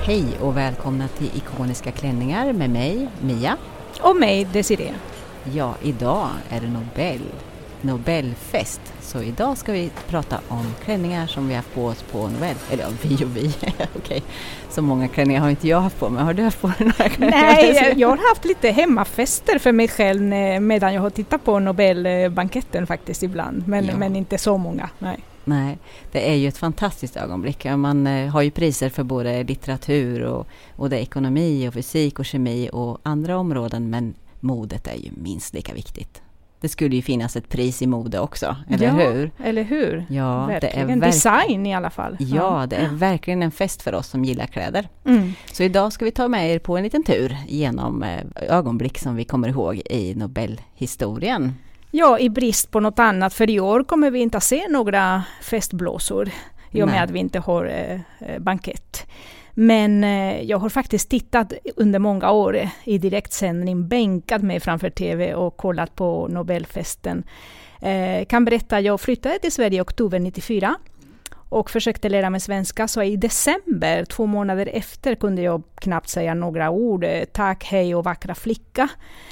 Hej och välkomna till Ikoniska klänningar med mig, Mia. Och mig, Desiree. Ja, idag är det Nobelfest. Så idag ska vi prata om klänningar som vi har haft på oss på Nobel. Eller ja, vi. Okej. Så många klänningar har inte jag haft på mig. Har du haft på dig några klänningar? Nej, jag har haft lite hemmafester för mig själv medan jag har tittat på Nobelbanketten faktiskt ibland. Men inte så många, nej. Nej, det är ju ett fantastiskt ögonblick. Man har ju priser för både litteratur och det är ekonomi och fysik och kemi och andra områden, men modet är ju minst lika viktigt. Det skulle ju finnas ett pris i mode också, eller hur? Eller hur? Ja, verkligen. Det är design i alla fall. Ja, det är verkligen en fest för oss som gillar kläder. Mm. Så idag ska vi ta med er på en liten tur genom ögonblick som vi kommer ihåg i Nobelhistorien. Ja, i brist på något annat, för i år kommer vi inte att se några festblåsor i och med att vi inte har bankett. Men jag har faktiskt tittat under många år i direktsändning, bänkat mig framför tv och kollat på Nobelfesten. Kan berätta, jag flyttade till Sverige i oktober 94 och försökte lära mig svenska, så i december, 2 månader efter, kunde jag knappt säga några ord. Tack, hej och vackra flicka.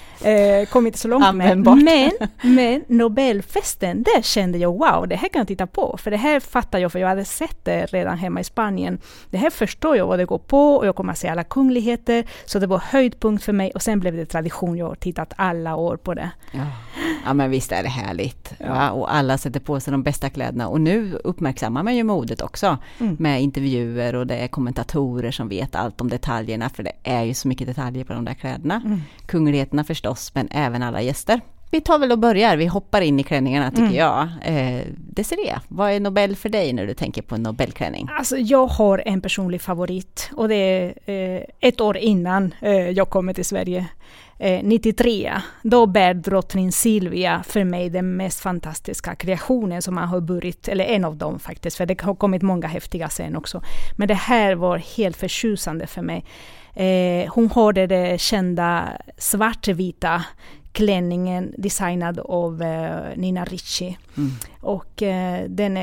Kom inte så långt med. Men Nobelfesten, där kände jag, wow, det här kan jag titta på. För det här fattar jag, för jag hade sett det redan hemma i Spanien. Det här förstår jag vad det går på och jag kommer att se alla kungligheter. Så det var höjdpunkt för mig och sen blev det tradition. Jag har tittat alla år på det. Ja, men visst är det härligt. Ja. Och alla sätter på sig de bästa kläderna. Och nu uppmärksammar man ju modet också. Med intervjuer och det är kommentatorer som vet allt om detaljerna. För det är ju så mycket detaljer på de där kläderna. Kungligheterna förstås, men även alla gäster. Vi tar väl och börjar. Vi hoppar in i klänningarna tycker jag. Desiree, vad är Nobel för dig när du tänker på en Nobelklänning? Alltså, jag har en personlig favorit och det är 1 år innan jag kommer till Sverige. 93, då bär drottning Silvia för mig den mest fantastiska kreationen som man har burit, eller en av dem faktiskt, för det har kommit många häftiga sen också. Men det här var helt förtjusande för mig. Hon har det kända svartvita klänningen designad av Nina Ricci. Och den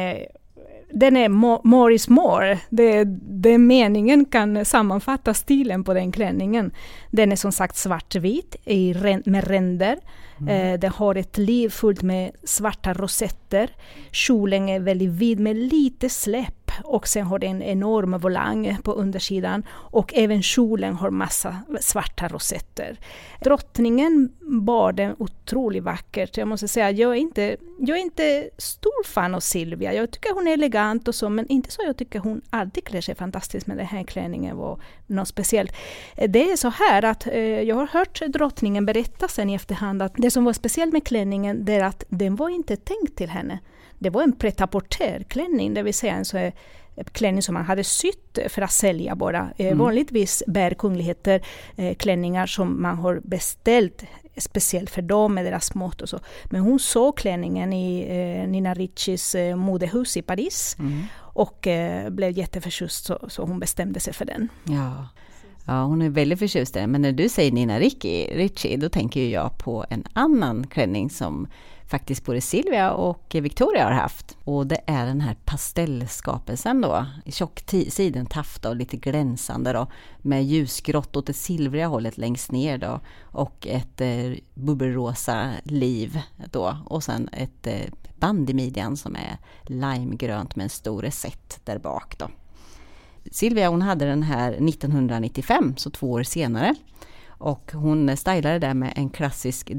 är more is more. Det meningen kan sammanfatta stilen på den klänningen. Den är som sagt svartvit med ränder. Det har ett liv fullt med svarta rosetter. Kjolen är väldigt vid med lite släpp. Och sen har den en enorm volang på undersidan. Och även kjolen har massa svarta rosetter. Drottningen bar den otroligt vackert. Jag måste säga, jag är inte stor fan av Silvia. Jag tycker hon är elegant och så, men inte så jag tycker hon alltid klär sig fantastiskt, med den här klänningen var något speciellt. Det är så här att jag har hört drottningen berätta sen i efterhand att det som var speciellt med klänningen är att den var inte tänkt till henne. Det var en prêt-à-porter-klänning, det vill säga en så klänning som man hade sytt för att sälja bara. Vanligtvis bär kungligheter klänningar som man har beställt speciellt för dem med deras mått och så. Men hon såg klänningen i Nina Riccis modehus i Paris och blev jätteförtjust, så hon bestämde sig för den. Ja, hon är väldigt förtjust i den. Men när du säger Nina Ricci, då tänker jag på en annan klänning som faktiskt både Silvia och Victoria har haft. Och det är den här pastellskapelsen då. I tjock sidentafta och lite glänsande då. Med ljusgrått åt det silvriga hållet längst ner då. Och ett bubbelrosa liv då. Och sen ett band i midjan som är limegrönt med en stor resett där bak då. Silvia, hon hade den här 1995, så 2 år senare. Och hon stylade det med en klassisk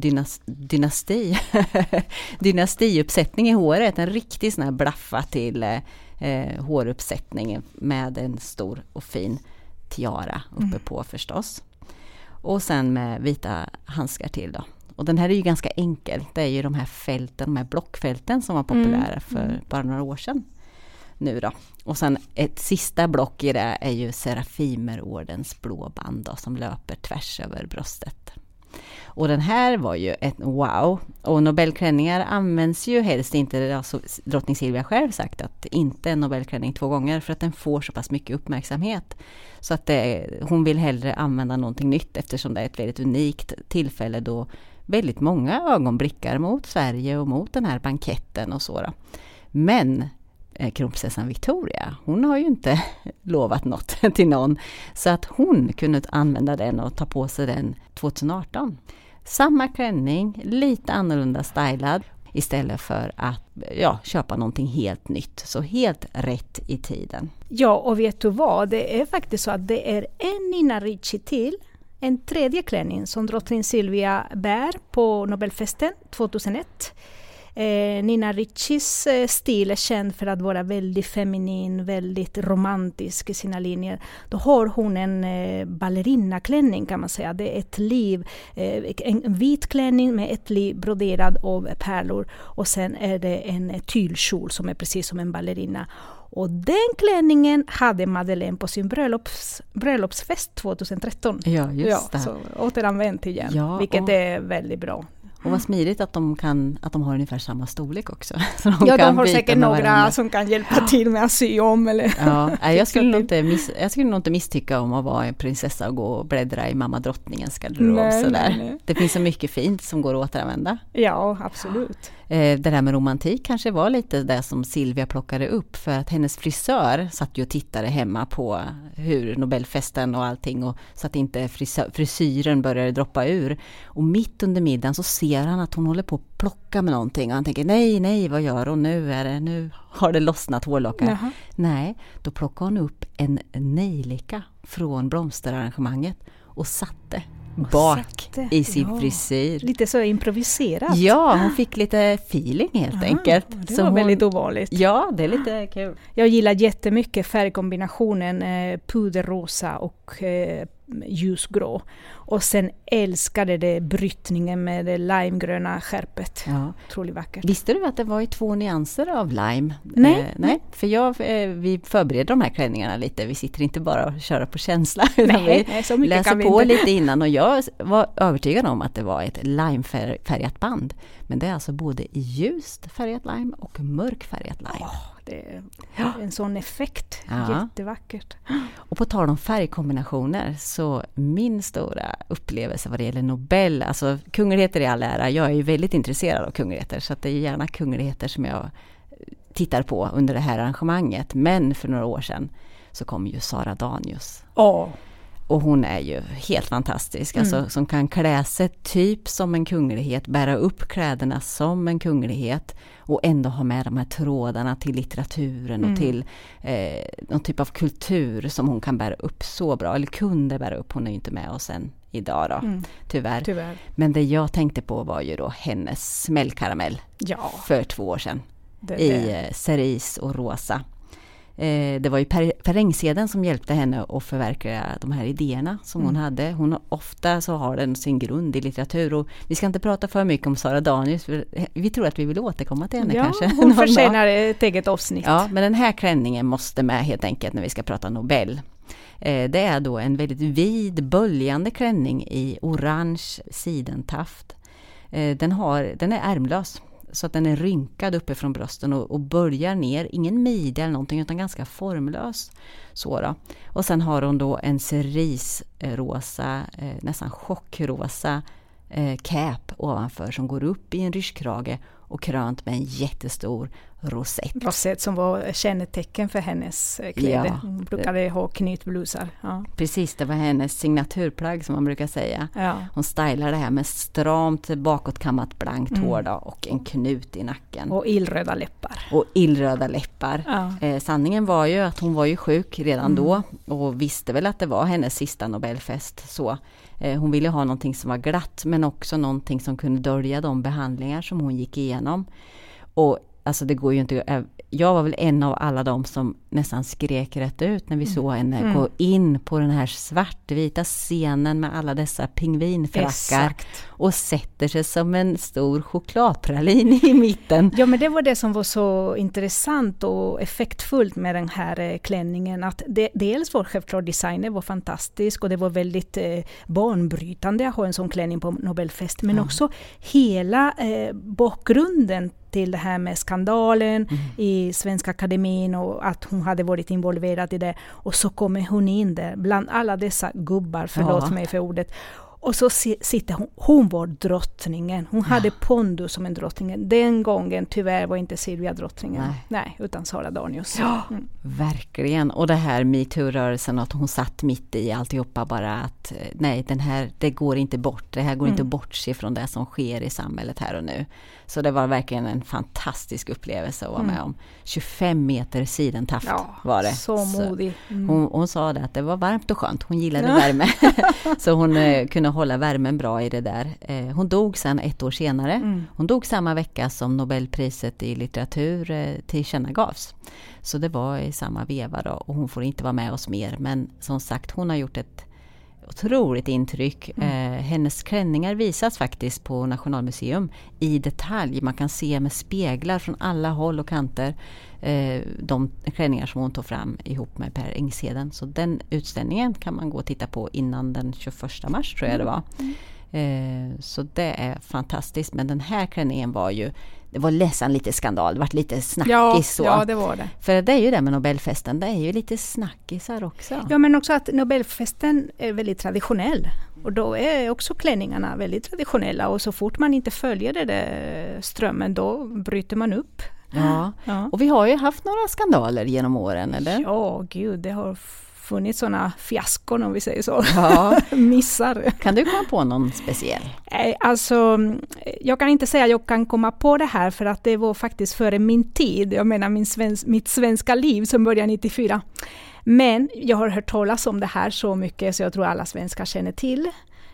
dynastiuppsättning i håret. En riktig sån här blaffa till håruppsättning med en stor och fin tiara uppe på förstås. Och sen med vita handskar till då. Och den här är ju ganska enkel. Det är ju de här blockfälten som var populära för bara några år sedan. Nu då. Och sen ett sista block i det är ju Serafimerordens blåband då, som löper tvärs över bröstet. Och den här var ju ett wow. Och Nobelklänningar används ju helst inte, alltså drottning Silvia själv sagt att inte en Nobelklänning 2 gånger, för att den får så pass mycket uppmärksamhet. Så att hon vill hellre använda någonting nytt, eftersom det är ett väldigt unikt tillfälle då väldigt många ögon blickar mot Sverige och mot den här banketten och så då. Men kronprinsessan Victoria. Hon har ju inte lovat något till någon. Så att hon kunde använda den och ta på sig den 2018. Samma klänning, lite annorlunda stylad. Istället för att köpa någonting helt nytt. Så helt rätt i tiden. Ja, och vet du vad? Det är faktiskt så att det är en Nina Ricci till. En tredje klänning som drottning Silvia bär på Nobelfesten 2001. Nina Riccis stil är känd för att vara väldigt feminin, väldigt romantisk i sina linjer. Då har hon en ballerinaklänning kan man säga. Det är ett liv, en vit klänning med ett liv broderad av pärlor. Och sen är det en tylkjol som är precis som en ballerina. Och den klänningen hade Madeleine på sin bröllopsfest 2013. Ja, just det. Så återanvänt igen, vilket är väldigt bra. Och vad smidigt att de har ungefär samma storlek också. Så de har säkert några som kan hjälpa till med att sy om. Eller jag skulle nog inte misstycka om att vara en prinsessa och gå och bläddra i mamma drottningens garderob. Nej. Det finns så mycket fint som går att återanvända. Ja, absolut. Det där med romantik kanske var lite det som Silvia plockade upp, för att hennes frisör satt ju och tittade hemma på hur Nobelfesten och allting, och så att inte frisyren började droppa ur. Och mitt under middagen så ser han att hon håller på att plocka med någonting och han tänker nej, vad gör hon nu har det lossnat hårlockar. Jaha. Nej, då plockade hon upp en nejlika från blomsterarrangemanget och satte bak i sin frisyr. Lite så improviserat. Ja, hon fick lite feeling helt enkelt. Det var väldigt ovanligt. Ja, det är lite kul. Jag gillar jättemycket färgkombinationen puderrosa och ljusgrå. Och sen älskade det brytningen med det limegröna skärpet. Ja. Otroligt vackert. Visste du att det var i 2 nyanser av lime? Nej. För vi förbereder de här klänningarna lite. Vi sitter inte bara och kör på känsla. Nej, så mycket läser kan vi på inte. Lite innan, och jag var övertygad om att det var ett limefärgat band. Men det är alltså både ljust färgat lime och mörkfärgat lime. Det är en sån effekt. Ja. Jättevackert. Och på tal om färgkombinationer, så min stora upplevelse vad det gäller Nobel, alltså kungligheter i all ära, jag är ju väldigt intresserad av kungligheter, så att det är gärna kungligheter som jag tittar på under det här arrangemanget. Men för några år sedan så kom ju Sara Danius. Och hon är ju helt fantastisk, alltså, som kan klä sig typ som en kunglighet, bära upp kläderna som en kunglighet och ändå ha med de här trådarna till litteraturen och till någon typ av kultur som hon kan bära upp så bra, eller kunde bära upp. Hon är ju inte med oss än idag då, tyvärr. Men det jag tänkte på var ju då hennes smällkaramell för 2 år sedan i cerise och rosa. Det var ju Per Engsheden som hjälpte henne att förverkliga de här idéerna som hon hade. Ofta så har den sin grund i litteratur, och vi ska inte prata för mycket om Sara Danius, för vi tror att vi vill återkomma till henne kanske. Hon förtjänar ett eget avsnitt. Ja, men den här klänningen måste med helt enkelt när vi ska prata Nobel. Det är då en väldigt vid, böljande klänning i orange sidentaft. Den är ärmlös. Så att den är rynkad uppe från brösten och börjar ner, ingen midja eller någonting, utan ganska formlös. Så då. Och sen har hon då en cerisrosa, nästan chockrosa cap ovanför som går upp i en ryschkrage och krönt med en jättestor rosett. Rosett som var kännetecken för hennes kläder. Ja, hon brukade ha knytblusar. Ja. Precis, det var hennes signaturplagg som man brukar säga. Ja. Hon stylar det här med stramt bakåtkammat blankt hår då, och en knut i nacken. Och illröda läppar. Ja. Sanningen var ju att hon var ju sjuk redan då och visste väl att det var hennes sista Nobelfest. Så hon ville ha någonting som var glatt, men också någonting som kunde dölja de behandlingar som hon gick igenom. Och alltså det går ju inte. Jag var väl en av alla de som nästan skrek rätt ut när vi såg henne gå in på den här svartvita scenen med alla dessa pingvinfrackar och sätter sig som en stor chokladpralin i mitten. Ja, men det var det som var så intressant och effektfullt med den här klänningen, att dels var självklart designen var fantastisk och det var väldigt banbrytande att ha en sån klänning på Nobelfest, men också hela bakgrunden till det här med skandalen i Svenska Akademin och att hon hade varit involverad i det. Och så kommer hon in där bland alla dessa gubbar, förlåt mig för ordet. Och så sitter hon var drottningen. Hon hade pondus som en drottning. Den gången tyvärr var inte Silvia drottningen. Nej, utan Sara Danius. Ja, verkligen. Och det här MeToo-rörelsen, att hon satt mitt i alltihopa, bara att nej, det går inte bort. Det här går inte att bortse från det som sker i samhället här och nu. Så det var verkligen en fantastisk upplevelse att vara med om. 25 meter sidentaft var det. Så modig. Hon sa det att det var varmt och skönt. Hon gillade värme. Så hon kunde hålla värmen bra i det där. Hon dog sen 1 år senare. Hon dog samma vecka som Nobelpriset i litteratur tillkännagavs. Så det var i samma veva då. Och hon får inte vara med oss mer. Men som sagt, hon har gjort ett otroligt intryck. Hennes klänningar visas faktiskt på Nationalmuseum i detalj. Man kan se med speglar från alla håll och kanter de klänningar som hon tog fram ihop med Per Engsheden. Så den utställningen kan man gå och titta på innan den 21 mars tror jag det var. Så det är fantastiskt. Men den här klänningen var ju, det var nästan lite skandal, det var lite snackis. Ja, det var det. För det är ju det med Nobelfesten, det är ju lite snackisar också. Ja, men också att Nobelfesten är väldigt traditionell. Och då är också klänningarna väldigt traditionella. Och så fort man inte följer det där strömmen, då bryter man upp. Ja, och vi har ju haft några skandaler genom åren, eller? Ja, gud, det har funnits sådana fiaskon om vi säger så. Ja. Missar. Kan du komma på någon speciell? Alltså, jag kan inte säga att jag kan komma på det här för att det var faktiskt före min tid. Jag menar mitt svenska liv som började 94. Men jag har hört talas om det här så mycket så jag tror alla svenskar känner till.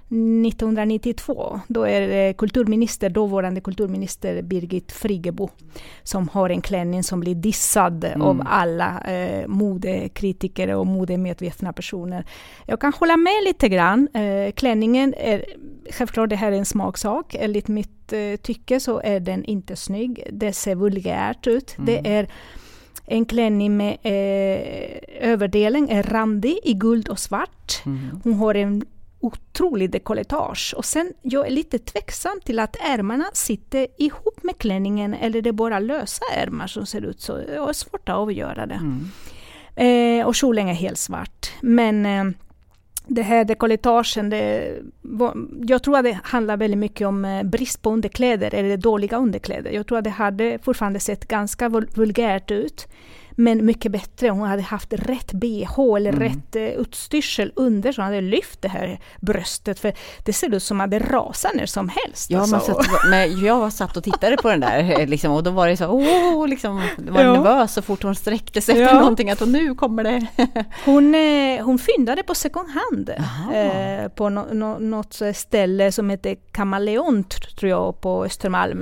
1992, då är det dåvarande kulturminister Birgit Friggebo som har en klänning som blir dissad av alla modekritiker och modemedvetna personer. Jag kan hålla med lite grann. Klänningen är, självklart det här är en smaksak, enligt mitt tycke så är den inte snygg. Det ser vulgärt ut. Det är en klänning med överdelen är randig i guld och svart. Hon har en otrolig dekolletage. Och sen jag är lite tveksam till att ärmarna sitter ihop med klänningen eller det är bara lösa ärmar som ser ut så. Jag är svårt att avgöra det. Och kjolen är helt svart. Men det här dekolletagen, jag tror att det handlar väldigt mycket om brist på underkläder eller dåliga underkläder. Jag tror att det hade fortfarande sett ganska vulgärt ut. Men mycket bättre om hon hade haft rätt BH eller rätt utstyrsel under så hon hade lyft det här bröstet. För det ser ut som att det rasar när som helst. Ja, men jag satt och tittade på den där liksom, och då var det så liksom, det var nervös så fort hon sträckte sig efter någonting att nu kommer det. Hon fyndade på second hand på något ställe som heter Kameleont tror jag på Östermalm.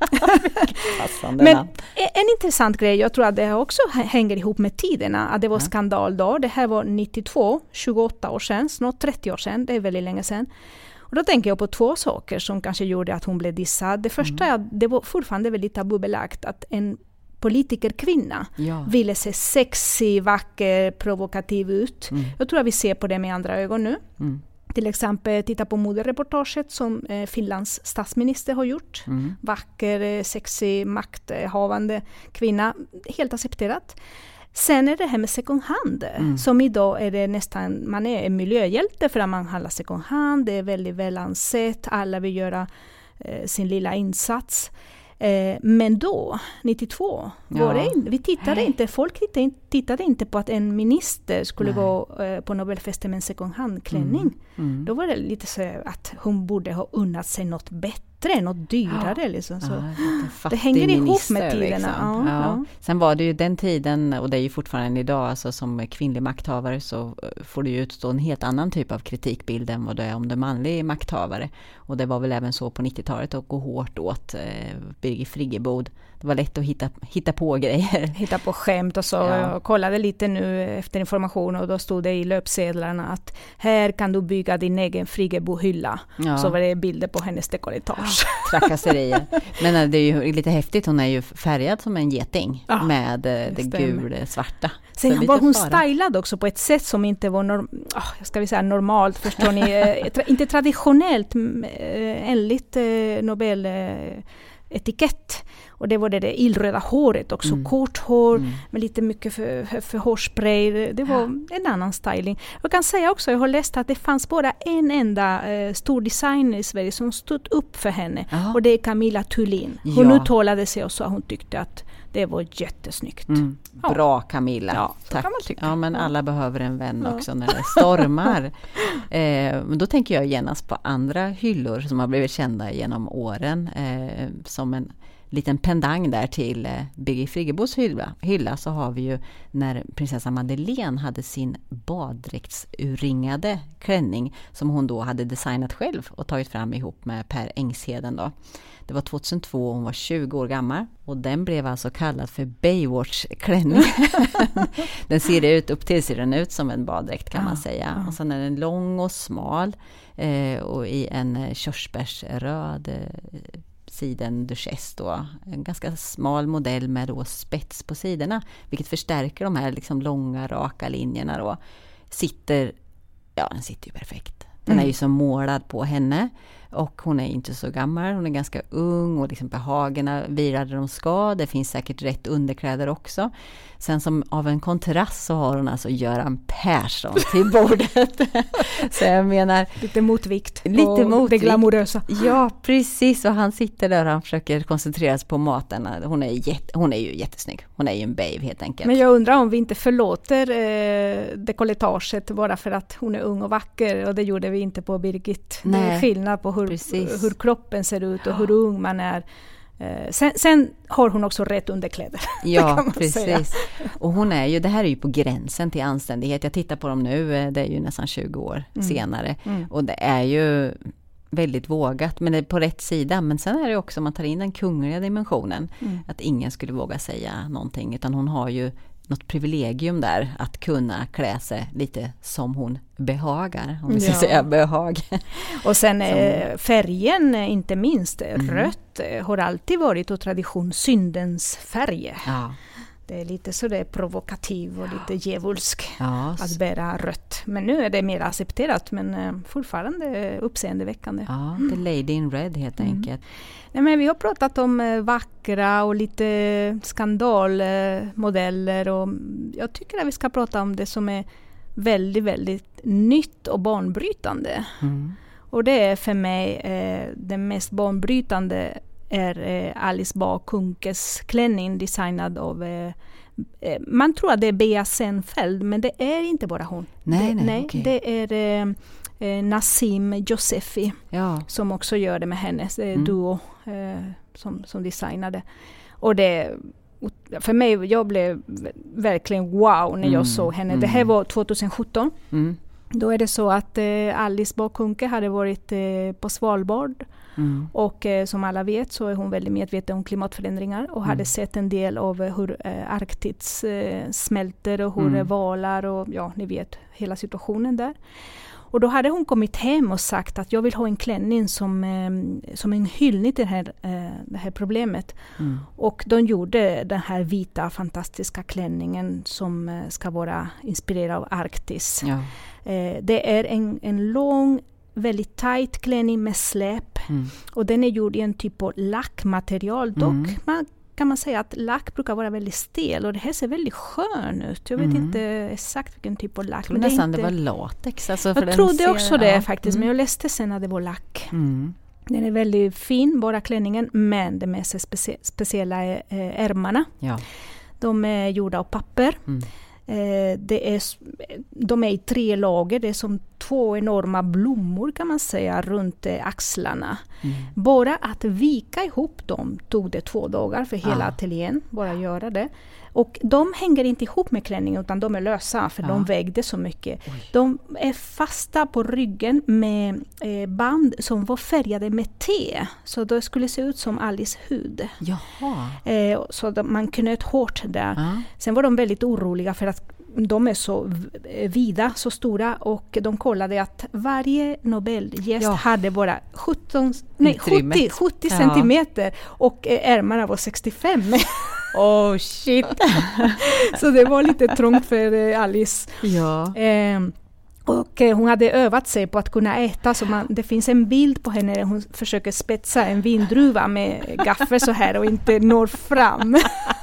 Men en intressant grej, jag tror att det också hänger ihop med tiderna, att det var skandal då. Det här var 92, 28 år sedan, snart 30 år sedan, det är väldigt länge sedan. Och då tänker jag på 2 saker som kanske gjorde att hon blev dissad. Det första är att det var fortfarande väldigt tabubelagt att en politikerkvinna ville se sexig, vacker, provokativ ut. Jag tror att vi ser på det med andra ögon nu. Till exempel titta på modereportaget som Finlands statsminister har gjort. Vacker, sexig, makthavande kvinna. Helt accepterat. Sen är det här med second hand. Som idag är det nästan, man är en miljöhjälte för att man handlar second hand. Det är väldigt väl ansett. Alla vill göra sin lilla insats. Men då, 92, vi tittade inte, folk tittade inte på att en minister skulle gå på Nobelfesten med en second hand-klänning. Då var det lite så att hon borde ha unnat sig något bättre, något dyrare. Liksom. Så det hänger ihop med tiderna. Liksom. Sen var det ju den tiden, och det är ju fortfarande idag, alltså, som kvinnlig makthavare så får du ju utstå en helt annan typ av kritikbild än vad det är om du är manlig makthavare. Och det var väl även så på 90-talet att gå hårt åt Birgit Friggebo. Det var lätt att hitta på grejer. Hitta på skämt och så. Jag kollade lite nu efter information och då stod det i löpsedlarna att här kan du bygga din egen Friggebo-hylla. Så var det bilder på hennes dekolletage. Trakasserier. Men det är ju lite häftigt. Hon är ju färgad som en geting med det gul-svarta. Sen var hon stylad också på ett sätt som inte var normalt, förstår ni. Inte traditionellt enligt Nobel etikett. Och det var det illröda håret också, kort hår med lite mycket för hårspray. Det var en annan styling. Jag kan säga också, jag har läst att det fanns bara en enda stor designer i Sverige som stod upp för henne. Och det är Camilla Thulin. Hon uttalade sig och sa att hon tyckte att det var jättesnyggt. Bra Camilla. Ja, tack. Ja, men alla behöver en vän också när det stormar. Men då tänker jag genast på andra hyllor som har blivit kända genom åren. Som en liten pendang där till Birgit Friggebos hylla så har vi ju när prinsessa Madeleine hade sin baddräktsurringade klänning som hon då hade designat själv och tagit fram ihop med Per Engsheden då. Det var 2002 och hon var 20 år gammal och den blev alltså kallad för Baywatch-klänning. Den ser den ut som en baddräkt kan man säga. Och sen är den lång och smal och i en körsbärsröd siden duchesse då. En ganska smal modell med då spets på sidorna vilket förstärker de här liksom långa raka linjerna då. Den sitter ju perfekt. Den är ju som målad på henne och hon är inte så gammal, hon är ganska ung och liksom behagerna virade de ska. Det finns säkert rätt underkläder också. Sen som av en kontrast så har hon alltså Göran Persson till bordet. Så jag menar... Lite motvikt. Det glamorösa. Ja, precis. Och han sitter där och han försöker koncentrera sig på maten. Hon är ju jättesnygg. Hon är ju en babe helt enkelt. Men jag undrar om vi inte förlåter dekolletaget bara för att hon är ung och vacker. Och det gjorde vi inte på Birgit. Nej. Det är skillnad på hur kroppen ser ut och hur ung man är. Sen har hon också rätt underkläder. Ja, precis. Säga. Och hon är ju, det här är ju på gränsen till anständighet. Jag tittar på dem nu, det är ju nästan 20 år senare. Och det är ju väldigt vågat, men det är på rätt sida. Men sen är det också, man tar in den kungliga dimensionen. Att ingen skulle våga säga någonting, utan hon har ju något privilegium där att kunna klä sig lite som hon behagar, om vi ska säga behag. Och sen färgen, inte minst rött, har alltid varit och tradition syndens färg. Ja. Det är lite så det är provokativ och lite djävulsk att bära rött. Men nu är det mer accepterat, men fortfarande uppseendeväckande. Ja, the lady in red helt enkelt. Nej, men vi har pratat om vackra och lite skandalmodeller och jag tycker att vi ska prata om det som är väldigt, väldigt nytt och banbrytande. Och det är för mig det mest banbrytande är Alice Bah Kuhnkes klänning designad av man tror att det är Bea Senfeld, men det är inte bara hon. Nej, okay. Det är Nassim Josefi som också gör det med hennes duo som designade. Och det för mig, jag blev verkligen wow när jag såg henne. Det här var 2017. Då är det så att Alice Bah Kuhnke hade varit på Svalbard och som alla vet så är hon väldigt medveten om klimatförändringar och hade sett en del av hur Arktis smälter och hur valar och ni vet hela situationen där. Och då hade hon kommit hem och sagt att jag vill ha en klänning som en hyllning till det här problemet. Och de gjorde den här vita fantastiska klänningen som ska vara inspirerad av Arktis. Ja. Det är en lång, väldigt tight klänning med släp. Och den är gjord i en typ av lackmaterial. Dock kan man säga att lack brukar vara väldigt stel och det här ser väldigt skön ut. Jag vet inte exakt vilken typ av lack. Jag tror nästan det var latex. Alltså jag trodde också det faktiskt, men jag läste sen att det var lack. Den är väldigt fin, bara klänningen, men det med sig speciella ärmarna. Ja. De är gjorda av papper. De är i 3 lager. Det är som 2 enorma blommor kan man säga runt axlarna. Bara att vika ihop dem tog det 2 dagar för hela ateljén. Bara göra det. Och de hänger inte ihop med klänningen utan de är lösa för de vägde så mycket. De är fasta på ryggen med band som var färgade med te. Så det skulle se ut som Alice hud. Jaha. Så man knöt hårt där. Sen var de väldigt oroliga för att de är så vida, så stora och de kollade att varje Nobelgäst hade bara 70 centimeter och ärmarna var 65. Oh shit. Så det var lite trångt för Alice. Ja. Och hon hade övat sig på att kunna äta, så det finns en bild på henne där hon försöker spetsa en vindruva med gaffel så här och inte når fram.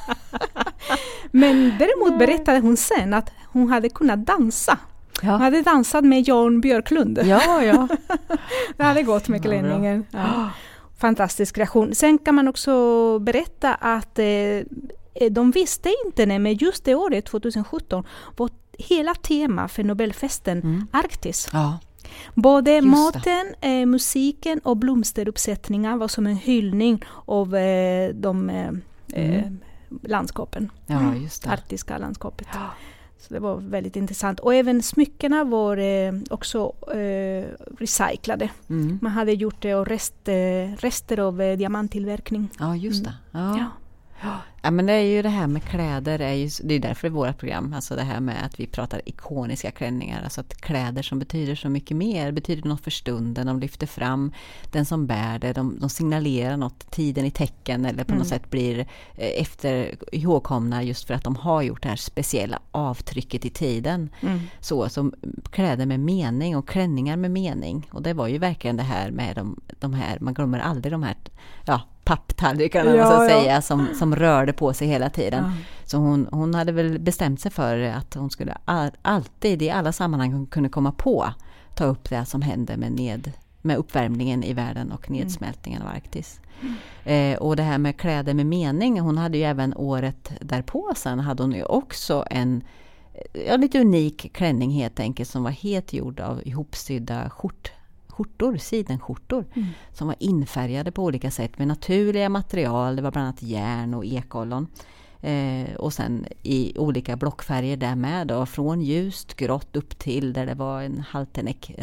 Men däremot berättade hon sen att hon hade kunnat dansa. Ja. Hon hade dansat med Jan Björklund. Ja. Det hade gått med klänningen. Ja. Fantastisk kreation. Sen kan man också berätta att de visste inte, men just det året 2017 var hela tema för Nobelfesten Arktis. Ja. Både maten, musiken och blomsteruppsättningar var som en hyllning av de landskapen. Ja, just det. Arktiska landskapet. Ja. Så det var väldigt intressant. Och även smyckena var också recyclade. Man hade gjort det av rester av diamanttillverkning. Ja, just det. Ja. Ja, men det är ju det här med kläder, det är därför våra program, alltså det här med att vi pratar ikoniska klänningar, alltså att kläder som betyder så mycket mer, betyder något för stunden, de lyfter fram den som bär det, de signalerar något, tiden i tecken eller på något sätt blir efter ihågkomna just för att de har gjort det här speciella avtrycket i tiden. Så som kläder med mening och klänningar med mening, och det var ju verkligen det här med de här, man glömmer aldrig de här papptallrikarna säga, som rörde på sig hela tiden. Så hon hade väl bestämt sig för att hon skulle alltid i alla sammanhang kunna komma på ta upp det som hände med uppvärmningen i världen och nedsmältningen av Arktis. Och det här med kläder med mening, hon hade ju även året därpå sen hade hon ju också en lite unik klänning helt enkelt som var helt gjord av ihopsydda sidenskjortor som var infärgade på olika sätt med naturliga material. Det var bland annat järn och ekollon. Och sen i olika blockfärger där med då, från ljust grått upp till där det var en halvtenäck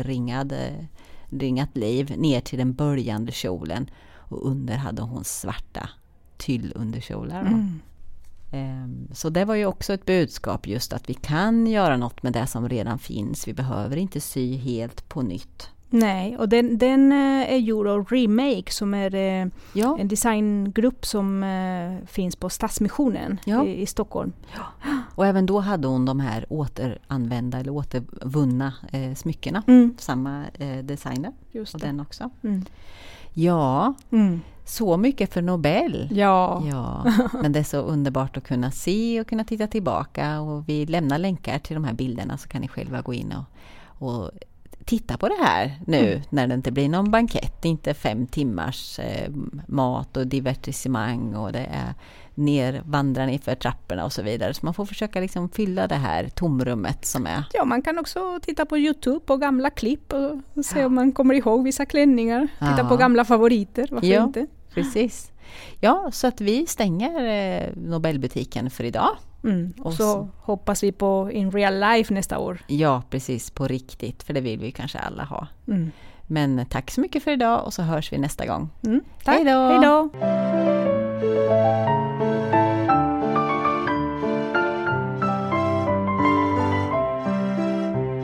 ringat liv ner till den böljande kjolen, och under hade hon svarta tyllunderkjolar. Så det var ju också ett budskap just att vi kan göra något med det som redan finns. Vi behöver inte sy helt på nytt. Nej, och den är gjord av Remake som är en designgrupp som finns på Stadsmissionen i Stockholm. Ja. Och även då hade hon de här återanvända eller återvunna smyckena. Samma designer. Just och det. Den också. Så mycket för Nobel. Ja. Men det är så underbart att kunna se och kunna titta tillbaka, och vi lämnar länkar till de här bilderna så kan ni själva gå in och titta på det här nu när det inte blir någon bankett, inte 5 timmars mat och divertissemang och det är vandrar ner för trapporna och så vidare. Så man får försöka liksom fylla det här tomrummet som är. Ja, man kan också titta på YouTube på gamla klipp och se om man kommer ihåg vissa klänningar. Titta på gamla favoriter, varför inte? Precis. Ja, så att vi stänger Nobelbutiken för idag. Och så hoppas vi på in real life nästa år. Ja, precis, på riktigt, för det vill vi kanske alla ha. Men tack så mycket för idag och så hörs vi nästa gång. Tack. Hej då!